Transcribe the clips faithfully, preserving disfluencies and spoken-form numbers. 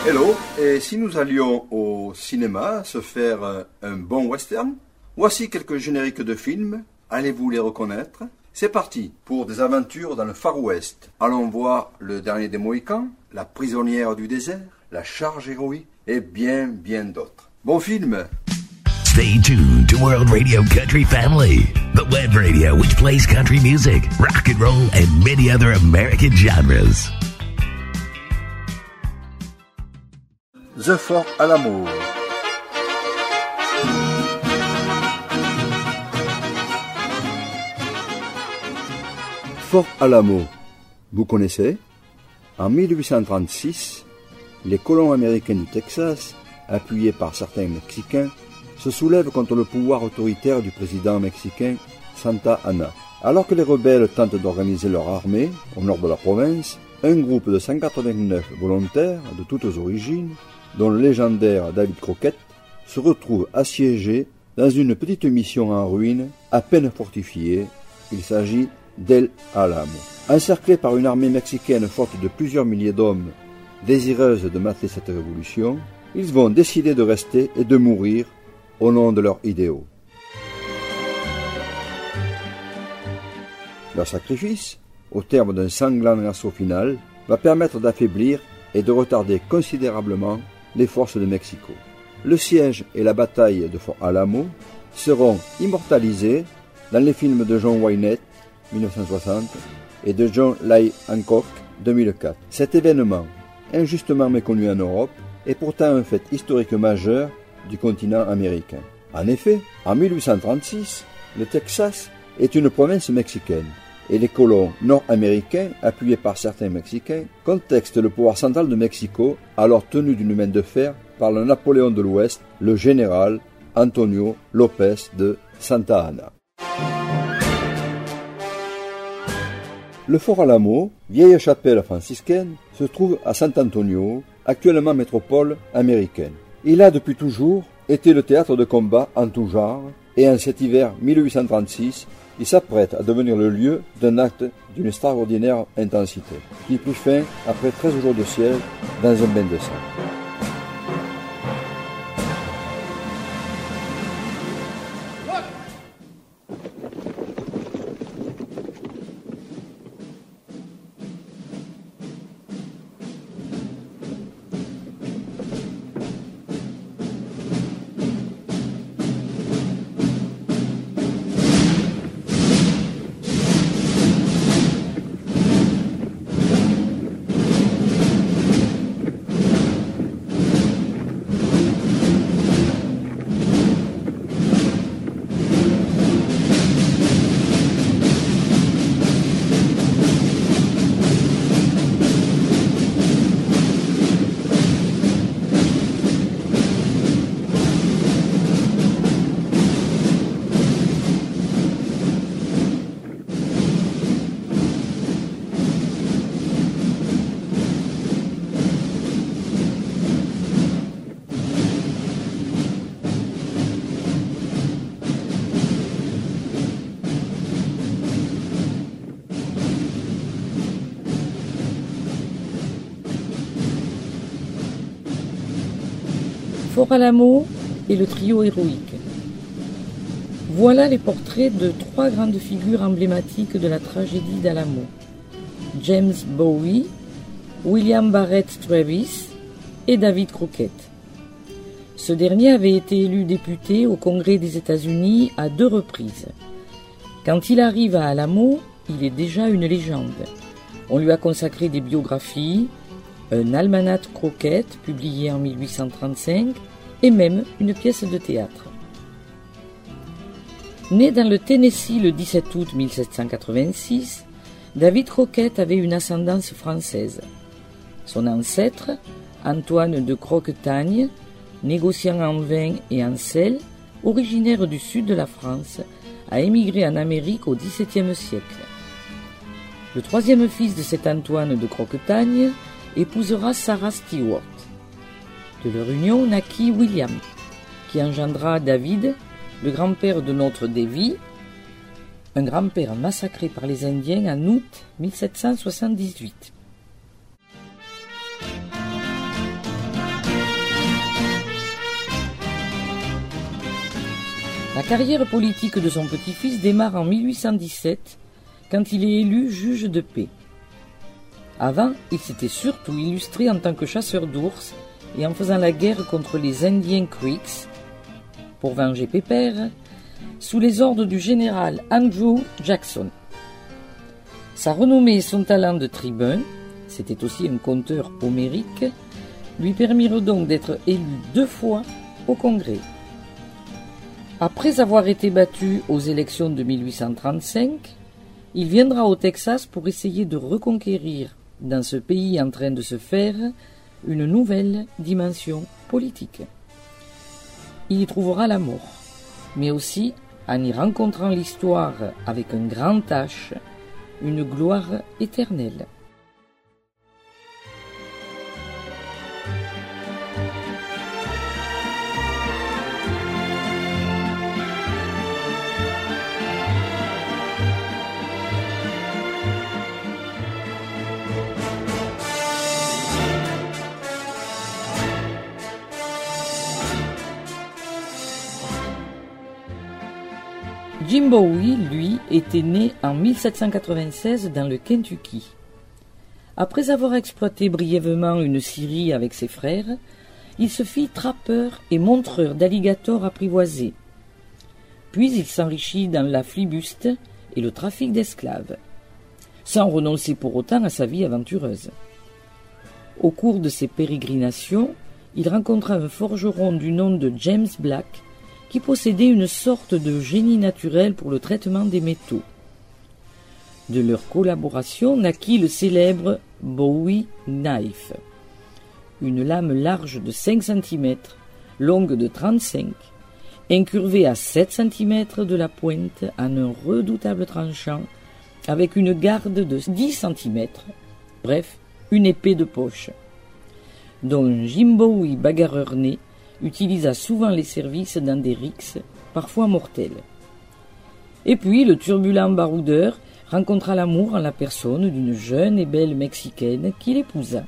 Hello, et si nous allions au cinéma se faire un bon western? Voici quelques génériques de films, allez-vous les reconnaître? C'est parti pour des aventures dans le Far West. Allons voir Le Dernier des Mohicans, La Prisonnière du désert, La Charge héroïque et bien bien d'autres. Bon film! Stay tuned to World Radio Country Family, the web radio which plays country music, rock and roll, and many other American genres. The Fort Alamo. Fort Alamo, vous connaissez? En mille huit cent trente-six, les colons américains du Texas, appuyés par certains Mexicains, se soulèvent contre le pouvoir autoritaire du président mexicain Santa Anna. Alors que les rebelles tentent d'organiser leur armée au nord de la province, un groupe de cent quatre-vingt-neuf volontaires de toutes origines, dont le légendaire David Crockett, se retrouve assiégé dans une petite mission en ruine à peine fortifiée. Il s'agit d'El Alamo. Encerclés par une armée mexicaine forte de plusieurs milliers d'hommes, désireuse de mater cette révolution, ils vont décider de rester et de mourir au nom de leurs idéaux. Leur sacrifice, au terme d'un sanglant assaut final, va permettre d'affaiblir et de retarder considérablement les forces de Mexico. Le siège et la bataille de Fort Alamo seront immortalisés dans les films de John Wayne mille neuf cent soixante et de John Leigh Hancock deux mille quatre. Cet événement, injustement méconnu en Europe, est pourtant un fait historique majeur du continent américain. En effet, en mille huit cent trente-six, le Texas est une province mexicaine et les colons nord-américains, appuyés par certains Mexicains, contestent le pouvoir central de Mexico, alors tenu d'une main de fer par le Napoléon de l'Ouest, le général Antonio López de Santa Anna. Le Fort Alamo, vieille chapelle franciscaine, se trouve à San Antonio, actuellement métropole américaine. Il a depuis toujours été le théâtre de combats en tout genre, et en cet hiver mille huit cent trente-six, il s'apprête à devenir le lieu d'un acte d'une extraordinaire intensité, qui prit fin après treize jours de siège dans un bain de sang. Fort Alamo et le trio héroïque. Voilà les portraits de trois grandes figures emblématiques de la tragédie d'Alamo. James Bowie, William Barrett Travis et David Crockett. Ce dernier avait été élu député au Congrès des États-Unis à deux reprises. Quand il arrive à Alamo, il est déjà une légende. On lui a consacré des biographies, un almanach Crockett publié en mille huit cent trente-cinq et même une pièce de théâtre. Né dans le Tennessee le dix-sept août mille sept cent quatre-vingt-six, David Crockett avait une ascendance française. Son ancêtre, Antoine de Croquetagne, négociant en vin et en sel, originaire du sud de la France, a émigré en Amérique au dix-septième siècle. Le troisième fils de cet Antoine de Croquetagne épousera Sarah Stewart. De leur union naquit William, qui engendra David, le grand-père de notre Davy, un grand-père massacré par les Indiens en août mille sept cent soixante-dix-huit. carrière politique de son petit-fils démarre en mille huit cent dix-sept, quand il est élu juge de paix. Avant, il s'était surtout illustré en tant que chasseur d'ours et en faisant la guerre contre les Indiens Creeks, pour venger Pépère, sous les ordres du général Andrew Jackson. Sa renommée et son talent de tribun, c'était aussi un conteur homérique, lui permirent donc d'être élu deux fois au Congrès. Après avoir été battu aux élections de mille huit cent trente-cinq, il viendra au Texas pour essayer de reconquérir, dans ce pays en train de se faire, une nouvelle dimension politique. Il y trouvera la mort, mais aussi, en y rencontrant l'histoire avec un grand H, une gloire éternelle. Jim Bowie, lui, était né en mille sept cent quatre-vingt-seize dans le Kentucky. Après avoir exploité brièvement une scierie avec ses frères, il se fit trappeur et montreur d'alligators apprivoisés. Puis il s'enrichit dans la flibuste et le trafic d'esclaves, sans renoncer pour autant à sa vie aventureuse. Au cours de ses pérégrinations, il rencontra un forgeron du nom de James Black, qui possédait une sorte de génie naturel pour le traitement des métaux. De leur collaboration naquit le célèbre Bowie Knife, une lame large de cinq centimètres, longue de trente-cinq, incurvée à sept centimètres de la pointe en un redoutable tranchant, avec une garde de dix centimètres, bref, une épée de poche, dont Jim Bowie, bagarreur né, utilisa souvent les services dans des rixes, parfois mortels. Et puis, le turbulent baroudeur rencontra l'amour en la personne d'une jeune et belle Mexicaine qu'il épousa.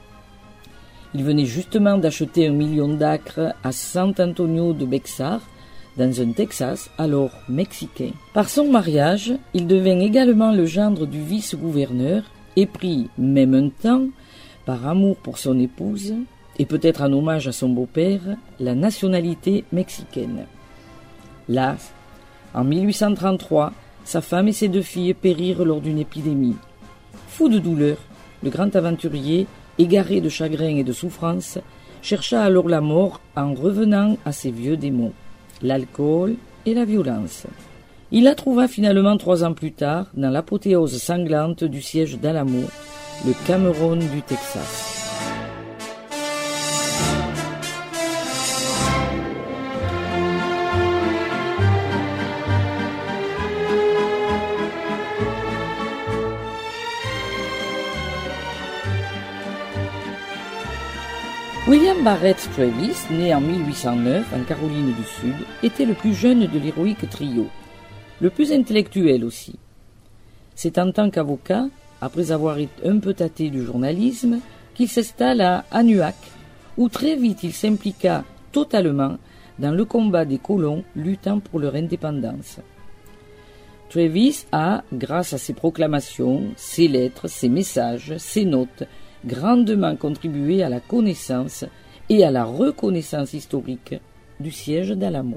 Il venait justement d'acheter un million d'acres à San Antonio de Bexar, dans un Texas alors mexicain. Par son mariage, il devint également le gendre du vice-gouverneur et prit, même un temps, par amour pour son épouse, et peut-être en hommage à son beau-père, la nationalité mexicaine. Là, en mille huit cent trente-trois, sa femme et ses deux filles périrent lors d'une épidémie. Fou de douleur, le grand aventurier, égaré de chagrin et de souffrance, chercha alors la mort en revenant à ses vieux démons, l'alcool et la violence. Il la trouva finalement trois ans plus tard dans l'apothéose sanglante du siège d'Alamo, le Cameron du Texas. William Barrett Travis, né en mille huit cent neuf en Caroline du Sud, était le plus jeune de l'héroïque trio, le plus intellectuel aussi. C'est en tant qu'avocat, après avoir été un peu tâté du journalisme, qu'il s'installe à Anuak, où très vite il s'impliqua totalement dans le combat des colons luttant pour leur indépendance. Travis a, grâce à ses proclamations, ses lettres, ses messages, ses notes, grandement contribué à la connaissance et à la reconnaissance historique du siège d'Alamo.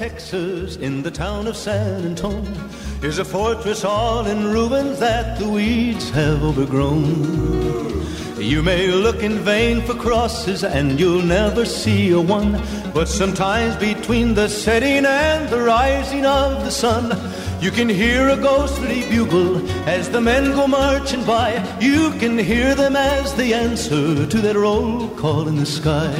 Texas, in the town of San Antonio, is a fortress all in ruins that the weeds have overgrown. You may look in vain for crosses and you'll never see a one, but sometimes between the setting and the rising of the sun, you can hear a ghostly bugle as the men go marching by. You can hear them as they answer to that roll call in the sky.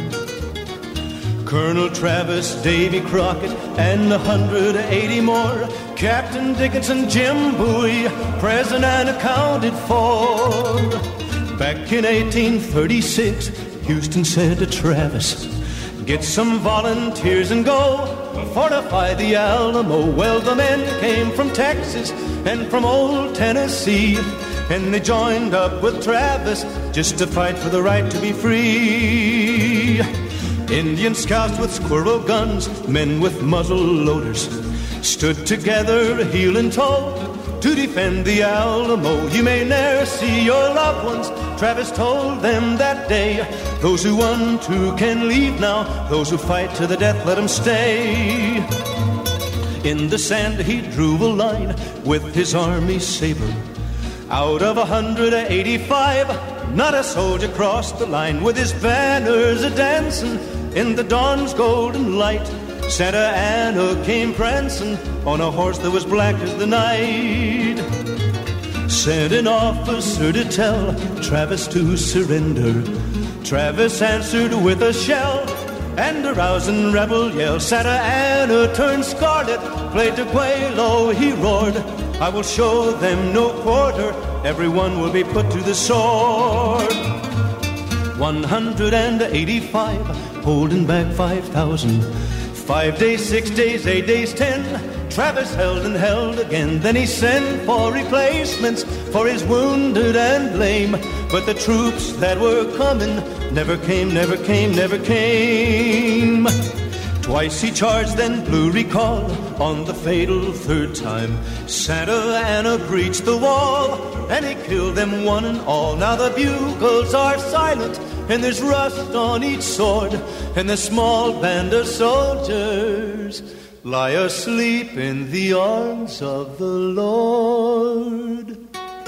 Colonel Travis, Davy Crockett, and a hundred eighty more, Captain Dickinson, Jim Bowie, present and accounted for. Back in eighteen thirty-six, Houston said to Travis, get some volunteers and go fortify the Alamo. Well, the men came from Texas and from old Tennessee, and they joined up with Travis just to fight for the right to be free. Indian scouts with squirrel guns, men with muzzle loaders, stood together heel and toe to defend the Alamo. You may ne'er see your loved ones, Travis told them that day. Those who want to can leave now, those who fight to the death, let them stay. In the sand he drew a line with his army saber. Out of one hundred eighty-five, not a soldier crossed the line, with his banners a-dancing in the dawn's golden light. Santa Anna came prancing on a horse that was black as the night. Sent an officer to tell Travis to surrender. Travis answered with a shell and a rousing rebel yell. Santa Anna turned scarlet, played to Guelo, he roared, I will show them no quarter, everyone will be put to the sword. one hundred eighty-five, holding back five thousand. Five days, six days, eight days, ten, Travis held and held again. Then he sent for replacements for his wounded and lame. But the troops that were coming never came, never came, never came. Twice he charged, then blew recall. On the fatal third time, Santa Anna breached the wall, and he killed them one and all. Now the bugles are silent, and there's rust on each sword, and the small band of soldiers lie asleep in the arms of the Lord.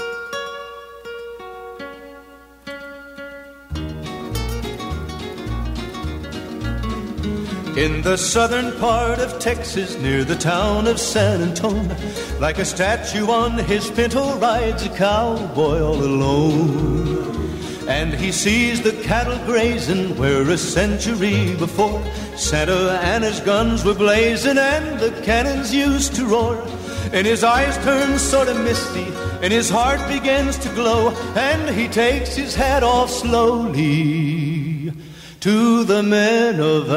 In the southern part of Texas, near the town of San Antonio, like a statue on his pinto rides a cowboy all alone. And he sees the cattle grazing where a century before Santa Anna's guns were blazing and the cannons used to roar. And his eyes turn sort of misty and his heart begins to glow, and he takes his hat off slowly to the men of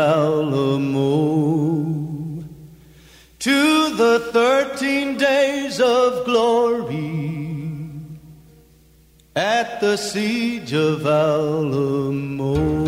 Alamo, to the thirteen days of glory at the siege of Alamo.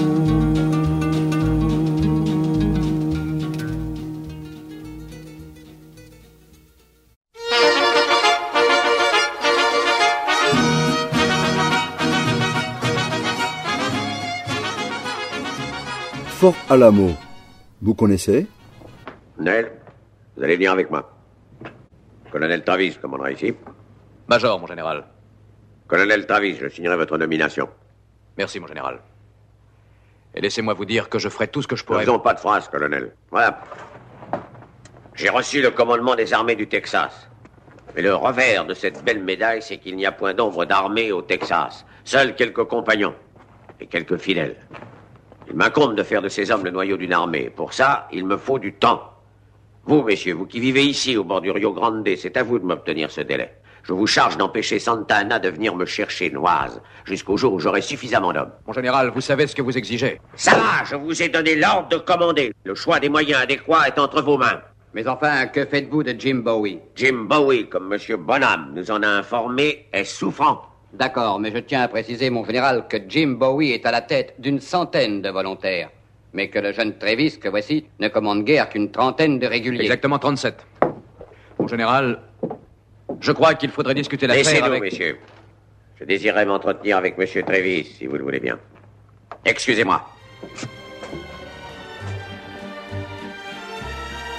Fort Alamo, vous connaissez? Colonel, vous allez venir avec moi. Colonel Travis commandera ici. Major, mon général. Colonel Travis, je signerai votre nomination. Merci, mon général. Et laissez-moi vous dire que je ferai tout ce que je pourrai... Ne faisons pas de phrases, colonel. Voilà. J'ai reçu le commandement des armées du Texas. Mais le revers de cette belle médaille, c'est qu'il n'y a point d'ombre d'armée au Texas. Seuls quelques compagnons et quelques fidèles. Il m'incombe de faire de ces hommes le noyau d'une armée. Pour ça, il me faut du temps. Vous, messieurs, vous qui vivez ici, au bord du Rio Grande, c'est à vous de m'obtenir ce délai. Je vous charge d'empêcher Santa Anna de venir me chercher Noise, jusqu'au jour où j'aurai suffisamment d'hommes. Mon général, vous savez ce que vous exigez. Ça va, je vous ai donné l'ordre de commander. Le choix des moyens adéquats est entre vos mains. Mais enfin, que faites-vous de Jim Bowie? Jim Bowie, comme M. Bonham nous en a informé, est souffrant. D'accord, mais je tiens à préciser, mon général, que Jim Bowie est à la tête d'une centaine de volontaires, mais que le jeune Travis, que voici, ne commande guère qu'une trentaine de réguliers. Exactement trente-sept. Mon général, je crois qu'il faudrait discuter l'affaire Laissez-nous, avec... messieurs. Je désirerais m'entretenir avec M. Travis, si vous le voulez bien. Excusez-moi.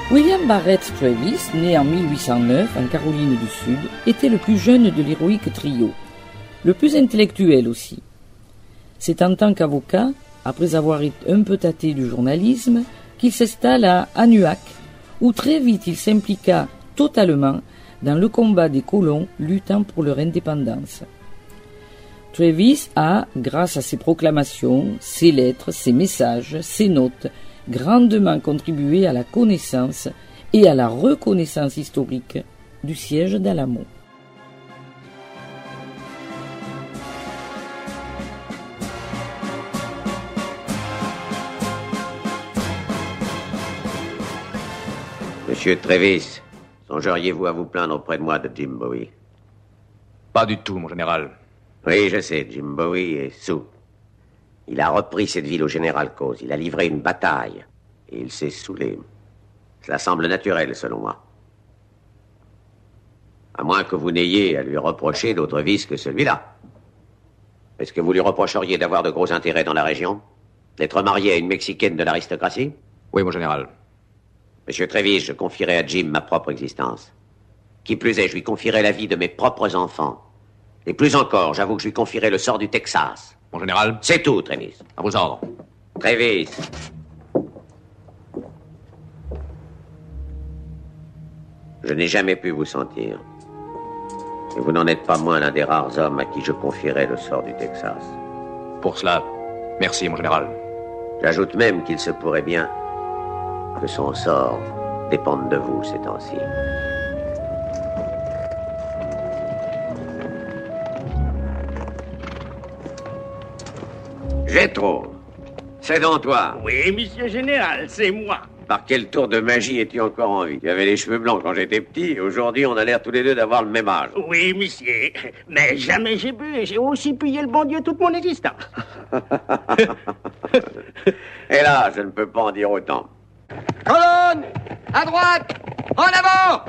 William Barrett Travis, né en mille huit cent neuf en Caroline du Sud, était le plus jeune de l'héroïque trio, le plus intellectuel aussi. C'est en tant qu'avocat, après avoir été un peu tâté du journalisme, qu'il s'installe à Anuak, où très vite il s'impliqua totalement dans le combat des colons luttant pour leur indépendance. Travis a, grâce à ses proclamations, ses lettres, ses messages, ses notes, grandement contribué à la connaissance et à la reconnaissance historique du siège d'Alamo. Monsieur Travis, songeriez-vous à vous plaindre auprès de moi de Jim Bowie? Pas du tout, mon général. Oui, je sais, Jim Bowie est sous. Il a repris cette ville au général Cause. Il a livré une bataille. Et il s'est saoulé. Cela semble naturel, selon moi. À moins que vous n'ayez à lui reprocher d'autres vices que celui-là. Est-ce que vous lui reprocheriez d'avoir de gros intérêts dans la région? D'être marié à une Mexicaine de l'aristocratie? Oui, mon général. Monsieur Travis, je confierai à Jim ma propre existence. Qui plus est, je lui confierai la vie de mes propres enfants. Et plus encore, j'avoue que je lui confierai le sort du Texas. Mon général. C'est tout, Travis. À vos ordres. Travis. Je n'ai jamais pu vous sentir. Et vous n'en êtes pas moins l'un des rares hommes à qui je confierai le sort du Texas. Pour cela, merci, mon général. J'ajoute même qu'il se pourrait bien que son sort dépende de vous ces temps-ci. Jétro, c'est donc toi. Oui, monsieur général, c'est moi. Par quel tour de magie es-tu encore en vie? Tu avais les cheveux blancs quand j'étais petit, et aujourd'hui on a l'air tous les deux d'avoir le même âge. Oui, monsieur, mais jamais j'ai bu et j'ai aussi payé le bon Dieu toute mon existence. Et là, je ne peux pas en dire autant. Colonne! À droite! En avant!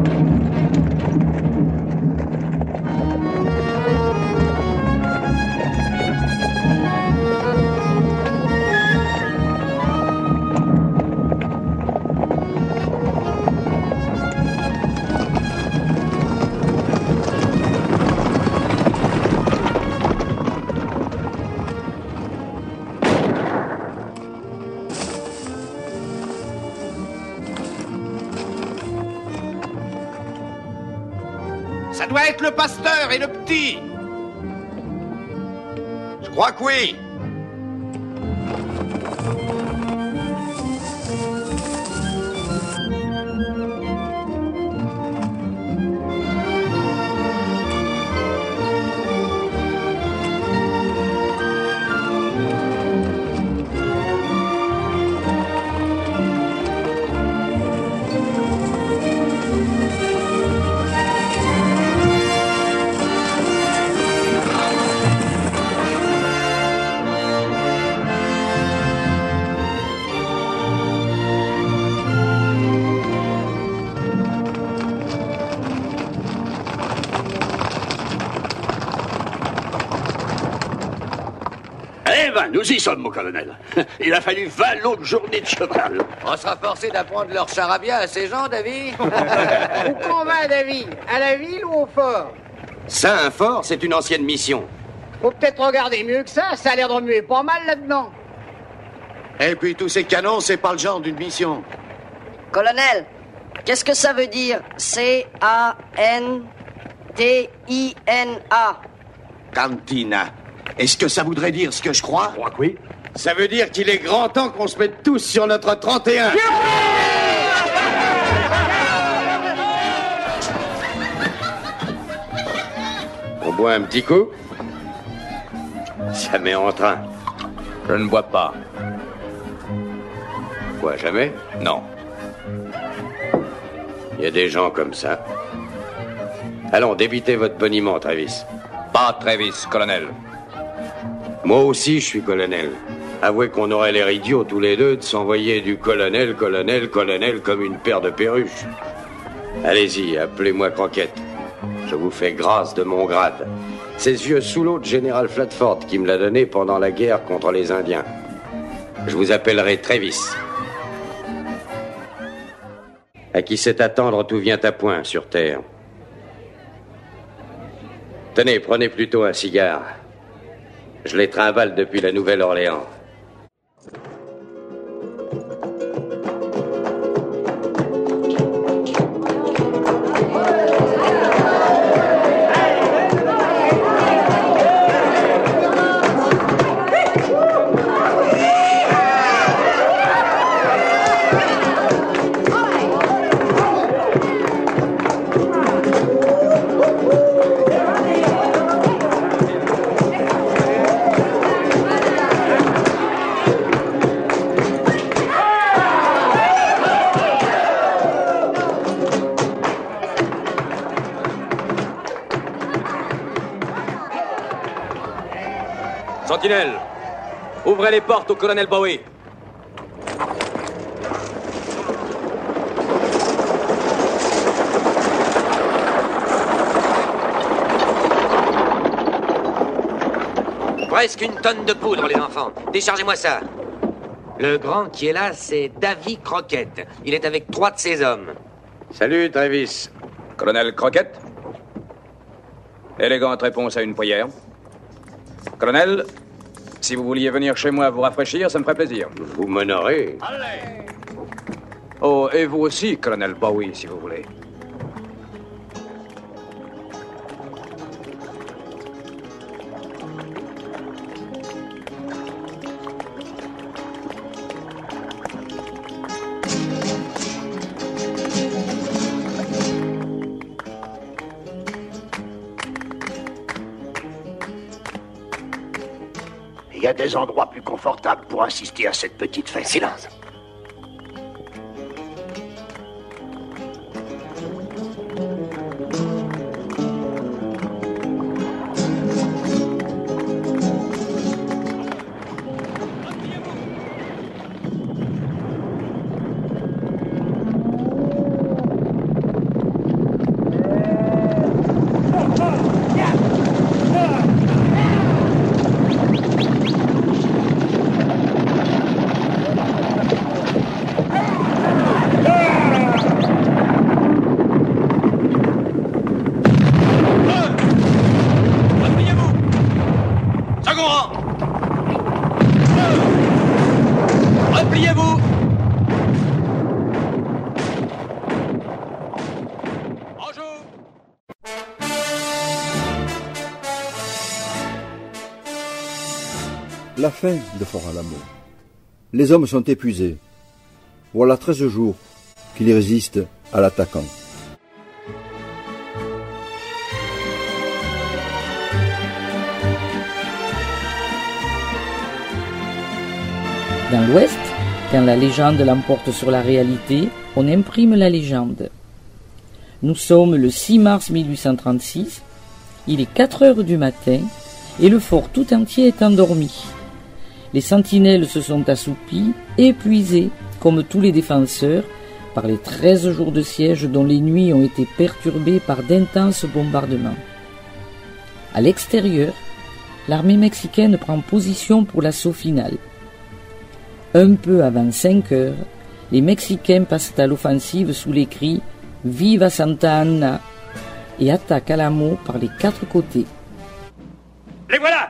Ça doit être le pasteur et le petit. Je crois que oui. Eh ben, nous y sommes, mon colonel. Il a fallu vingt longues journées de cheval. On sera forcé d'apprendre leur charabia à ces gens, David. Où qu'on va, David? À la ville ou au fort? Saint-Fort, c'est une ancienne mission. Faut peut-être regarder mieux que ça, ça a l'air de remuer pas mal là-dedans. Et puis tous ces canons, c'est pas le genre d'une mission. Colonel, qu'est-ce que ça veut dire C A N T I N A? Cantina. Est-ce que ça voudrait dire ce que je crois? Je crois que oui. Ça veut dire qu'il est grand temps qu'on se mette tous sur notre trente et un. On boit un petit coup? Ça met en train. Je ne bois pas. Quoi, jamais? Non. Il y a des gens comme ça. Allons, débitez votre boniment, Travis. Pas Travis, colonel. Moi aussi, je suis colonel. Avouez qu'on aurait l'air idiots tous les deux de s'envoyer du colonel, colonel, colonel comme une paire de perruches. Allez-y, appelez-moi Croquette. Je vous fais grâce de mon grade. C'est ce vieux sous-lot de général Flatford qui me l'a donné pendant la guerre contre les Indiens. Je vous appellerai Travis. à qui sait attendre tout vient à point sur Terre. Tenez, prenez plutôt un cigare. Je les trimballe depuis la Nouvelle-Orléans. Sentinelle, ouvrez les portes au colonel Bowie. Presque une tonne de poudre, les enfants. Déchargez-moi ça. Le grand qui est là, c'est Davy Crockett. Il est avec trois de ses hommes. Salut, Travis. Colonel Crockett. Élégante réponse à une prière. Colonel, si vous vouliez venir chez moi vous rafraîchir, ça me ferait plaisir. Vous m'honorez. Allez. Oh, et vous aussi, colonel Bowie, si vous voulez. Il y a des endroits plus confortables pour assister à cette petite fête. Silence. Repliez-vous. La fin de Fort Alamo. Les hommes sont épuisés. Voilà treize jours qu'ils résistent à l'attaquant. Dans l'Ouest, quand la légende l'emporte sur la réalité, on imprime la légende. Nous sommes le six mars mille huit cent trente-six, il est quatre heures du matin et le fort tout entier est endormi. Les sentinelles se sont assoupies, épuisées, comme tous les défenseurs, par les treize jours de siège dont les nuits ont été perturbées par d'intenses bombardements. À l'extérieur, l'armée mexicaine prend position pour l'assaut final. Un peu avant cinq heures, les Mexicains passent à l'offensive sous les cris « Viva Santa Anna !» et attaquent Alamo par les quatre côtés. Les voilà!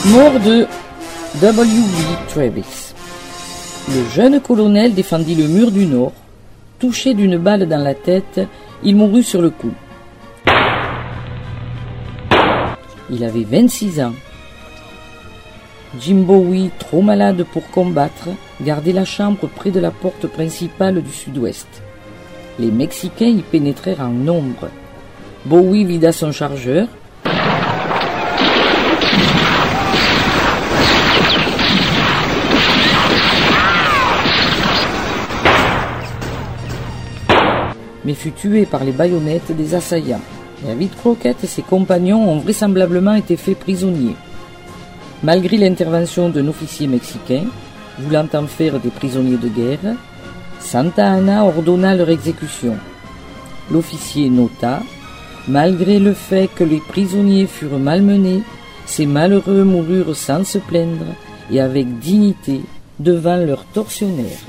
Mort de W B Travis. Le jeune colonel défendit le mur du Nord. Touché d'une balle dans la tête, il mourut sur le coup. Il avait vingt-six ans. Jim Bowie, trop malade pour combattre, gardait la chambre près de la porte principale du sud-ouest. Les Mexicains y pénétrèrent en nombre. Bowie vida son chargeur. Mais fut tué par les baïonnettes des assaillants. David Crockett et ses compagnons ont vraisemblablement été faits prisonniers. Malgré l'intervention d'un officier mexicain, voulant en faire des prisonniers de guerre, Santa Anna ordonna leur exécution. L'officier nota, malgré le fait que les prisonniers furent malmenés, ces malheureux moururent sans se plaindre et avec dignité devant leurs tortionnaires.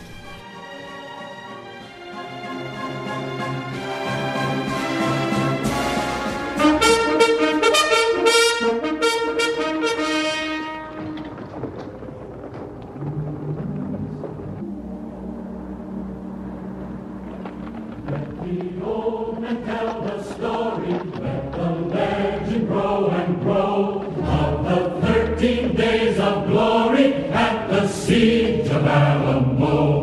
Days of glory at the siege of Alamo.